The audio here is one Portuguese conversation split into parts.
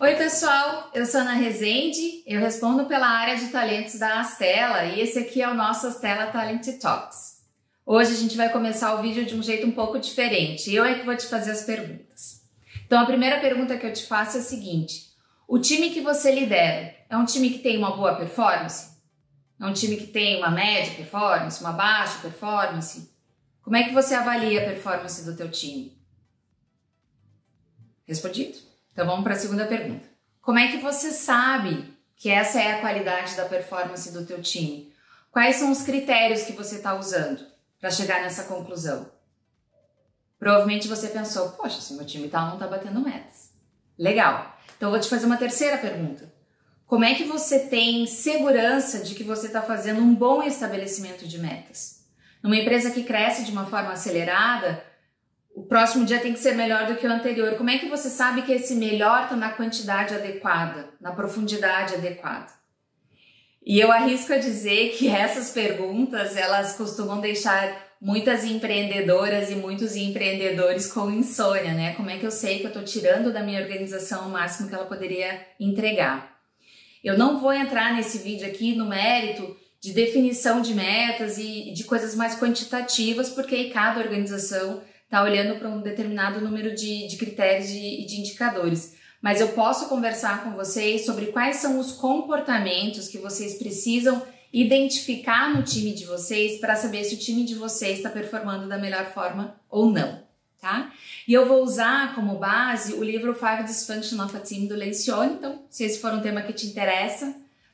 Oi pessoal, eu sou Ana Rezende, eu respondo pela área de talentos da Astela e esse aqui é o nosso Astela Talent Talks. Hoje a gente vai começar o vídeo de um jeito um pouco diferente, eu é que vou te fazer as perguntas. Então a primeira pergunta que eu te faço é a seguinte: o time que você lidera é um time que tem uma boa performance? É um time que tem uma média performance, uma baixa performance? Como é que você avalia a performance do teu time? Respondido? Então vamos para a segunda pergunta. Como é que você sabe que essa é a qualidade da performance do teu time? Quais são os critérios que você está usando para chegar nessa conclusão? Provavelmente você pensou, poxa, se meu time tal não está batendo metas. Legal. Então eu vou te fazer uma terceira pergunta. Como é que você tem segurança de que você está fazendo um bom estabelecimento de metas? Numa empresa que cresce de uma forma acelerada, o próximo dia tem que ser melhor do que o anterior. Como é que você sabe que esse melhor está na quantidade adequada, na profundidade adequada? E eu arrisco a dizer que essas perguntas, elas costumam deixar muitas empreendedoras e muitos empreendedores com insônia, né? Como é que eu sei que eu estou tirando da minha organização o máximo que ela poderia entregar? Eu não vou entrar nesse vídeo aqui no mérito de definição de metas e de coisas mais quantitativas, porque cada organização está olhando para um determinado número de critérios e de indicadores. Mas eu posso conversar com vocês sobre quais são os comportamentos que vocês precisam identificar no time de vocês para saber se o time de vocês está performando da melhor forma ou não, tá? E eu vou usar como base o livro Five Dysfunction of a Team do Lencioni. Então, se esse for um tema que te interessa,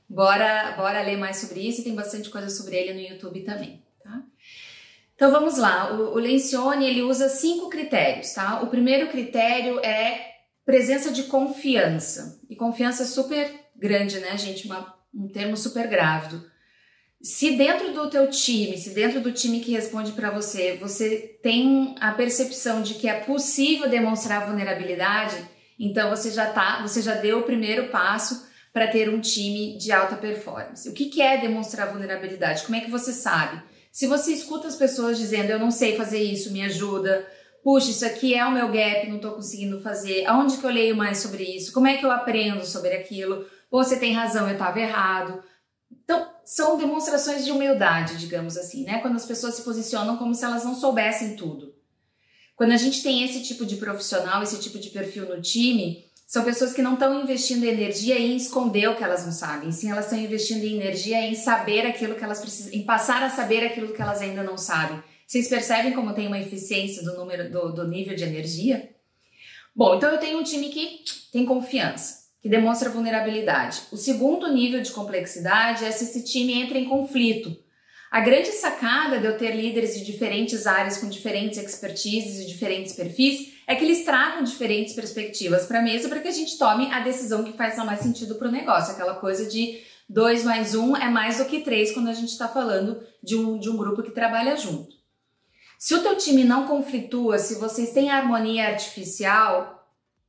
bora ler mais sobre isso, e tem bastante coisa sobre ele no YouTube também, tá? Então vamos lá, o Lencioni ele usa 5 critérios, tá? O primeiro critério é presença de confiança, e confiança é super grande, né, gente? Um termo super grávido. Se dentro do teu time, se dentro do time que responde para você, você tem a percepção de que é possível demonstrar vulnerabilidade, então você já deu o primeiro passo para ter um time de alta performance. O que é demonstrar vulnerabilidade? Como é que você sabe? Se você escuta as pessoas dizendo, eu não sei fazer isso, me ajuda, puxa, isso aqui é o meu gap, não estou conseguindo fazer, aonde que eu leio mais sobre isso, como é que eu aprendo sobre aquilo, pô, você tem razão, eu estava errado. Então, são demonstrações de humildade, digamos assim, né? Quando as pessoas se posicionam como se elas não soubessem tudo. Quando a gente tem esse tipo de profissional, esse tipo de perfil no time, são pessoas que não estão investindo energia em esconder o que elas não sabem, sim, elas estão investindo energia em saber aquilo que elas precisam, em passar a saber aquilo que elas ainda não sabem. Vocês percebem como tem uma eficiência do nível de energia? Bom, então eu tenho um time que tem confiança, que demonstra vulnerabilidade. O segundo nível de complexidade é se esse time entra em conflito. A grande sacada de eu ter líderes de diferentes áreas com diferentes expertises e diferentes perfis é que eles tragam diferentes perspectivas para a mesa para que a gente tome a decisão que faz mais sentido para o negócio. Aquela coisa de 2 mais 1 é mais do que 3 quando a gente está falando de um grupo que trabalha junto. Se o teu time não conflitua, se vocês têm harmonia artificial,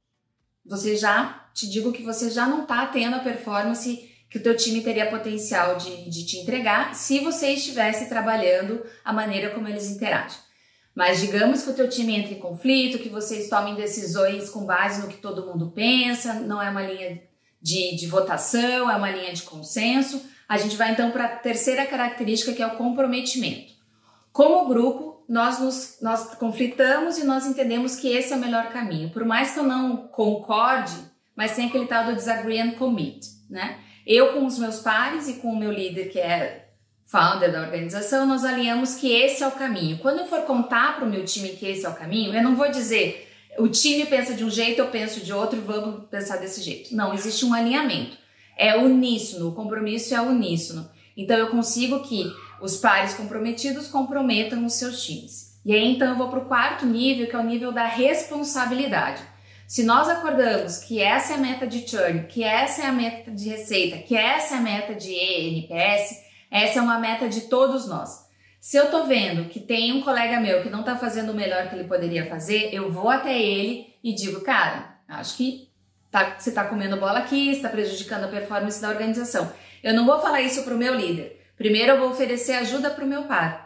te digo que você já não está tendo a performance que o teu time teria potencial de te entregar se você estivesse trabalhando a maneira como eles interagem. Mas digamos que o teu time entre em conflito, que vocês tomem decisões com base no que todo mundo pensa, não é uma linha de votação, é uma linha de consenso. A gente vai então para a terceira característica, que é o comprometimento. Como grupo, nós conflitamos e nós entendemos que esse é o melhor caminho. Por mais que eu não concorde, mas tem aquele tal do disagree and commit, né? Eu com os meus pares e com o meu líder, que é founder da organização, nós alinhamos que esse é o caminho. Quando eu for contar para o meu time que esse é o caminho, eu não vou dizer o time pensa de um jeito, eu penso de outro, vamos pensar desse jeito. Não, existe um alinhamento. É uníssono, o compromisso é uníssono. Então eu consigo que os pares comprometidos comprometam os seus times. E aí então eu vou para o quarto nível, que é o nível da responsabilidade. Se nós acordamos que essa é a meta de churn, que essa é a meta de receita, que essa é a meta de NPS, essa é uma meta de todos nós. Se eu tô vendo que tem um colega meu que não tá fazendo o melhor que ele poderia fazer, eu vou até ele e digo, cara, acho que você tá comendo bola aqui, está prejudicando a performance da organização. Eu não vou falar isso pro meu líder. Primeiro eu vou oferecer ajuda pro meu par.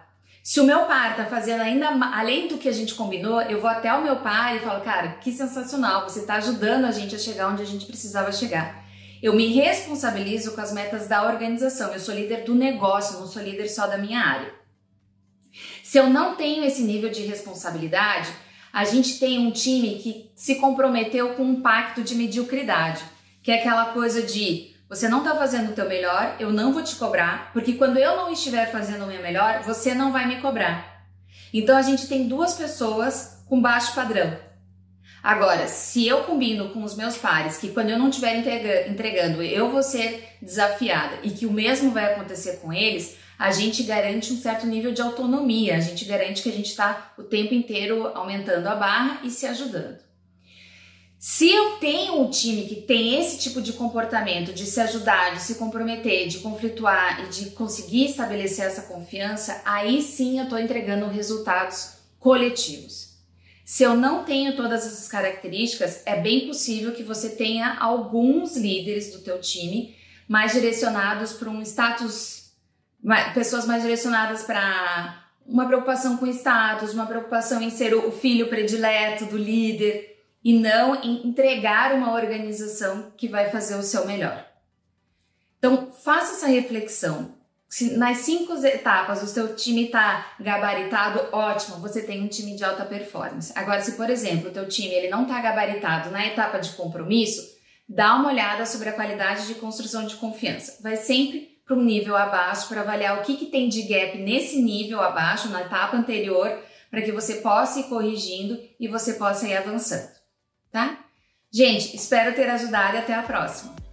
Se o meu par tá fazendo ainda além do que a gente combinou, eu vou até o meu par e falo, cara, que sensacional, você tá ajudando a gente a chegar onde a gente precisava chegar. Eu me responsabilizo com as metas da organização, eu sou líder do negócio, não sou líder só da minha área. Se eu não tenho esse nível de responsabilidade, a gente tem um time que se comprometeu com um pacto de mediocridade, que é aquela coisa de você não está fazendo o teu melhor, eu não vou te cobrar, porque quando eu não estiver fazendo o meu melhor, você não vai me cobrar. Então a gente tem duas pessoas com baixo padrão. Agora, se eu combino com os meus pares que quando eu não estiver entregando, eu vou ser desafiada e que o mesmo vai acontecer com eles, a gente garante um certo nível de autonomia, a gente garante que a gente está o tempo inteiro aumentando a barra e se ajudando. Se eu tenho um time que tem esse tipo de comportamento, de se ajudar, de se comprometer, de conflituar e de conseguir estabelecer essa confiança, aí sim eu estou entregando resultados coletivos. Se eu não tenho todas essas características, é bem possível que você tenha alguns líderes do teu time mais direcionados para um status, pessoas mais direcionadas para uma preocupação com status, uma preocupação em ser o filho predileto do líder, e não em entregar uma organização que vai fazer o seu melhor. Então, faça essa reflexão. Se nas 5 etapas o seu time está gabaritado, ótimo, você tem um time de alta performance. Agora, se por exemplo o teu time ele não está gabaritado na etapa de compromisso, dá uma olhada sobre a qualidade de construção de confiança. Vai sempre para um nível abaixo para avaliar o que tem de gap nesse nível abaixo, na etapa anterior, para que você possa ir corrigindo e você possa ir avançando. Tá? Gente, espero ter ajudado e até a próxima!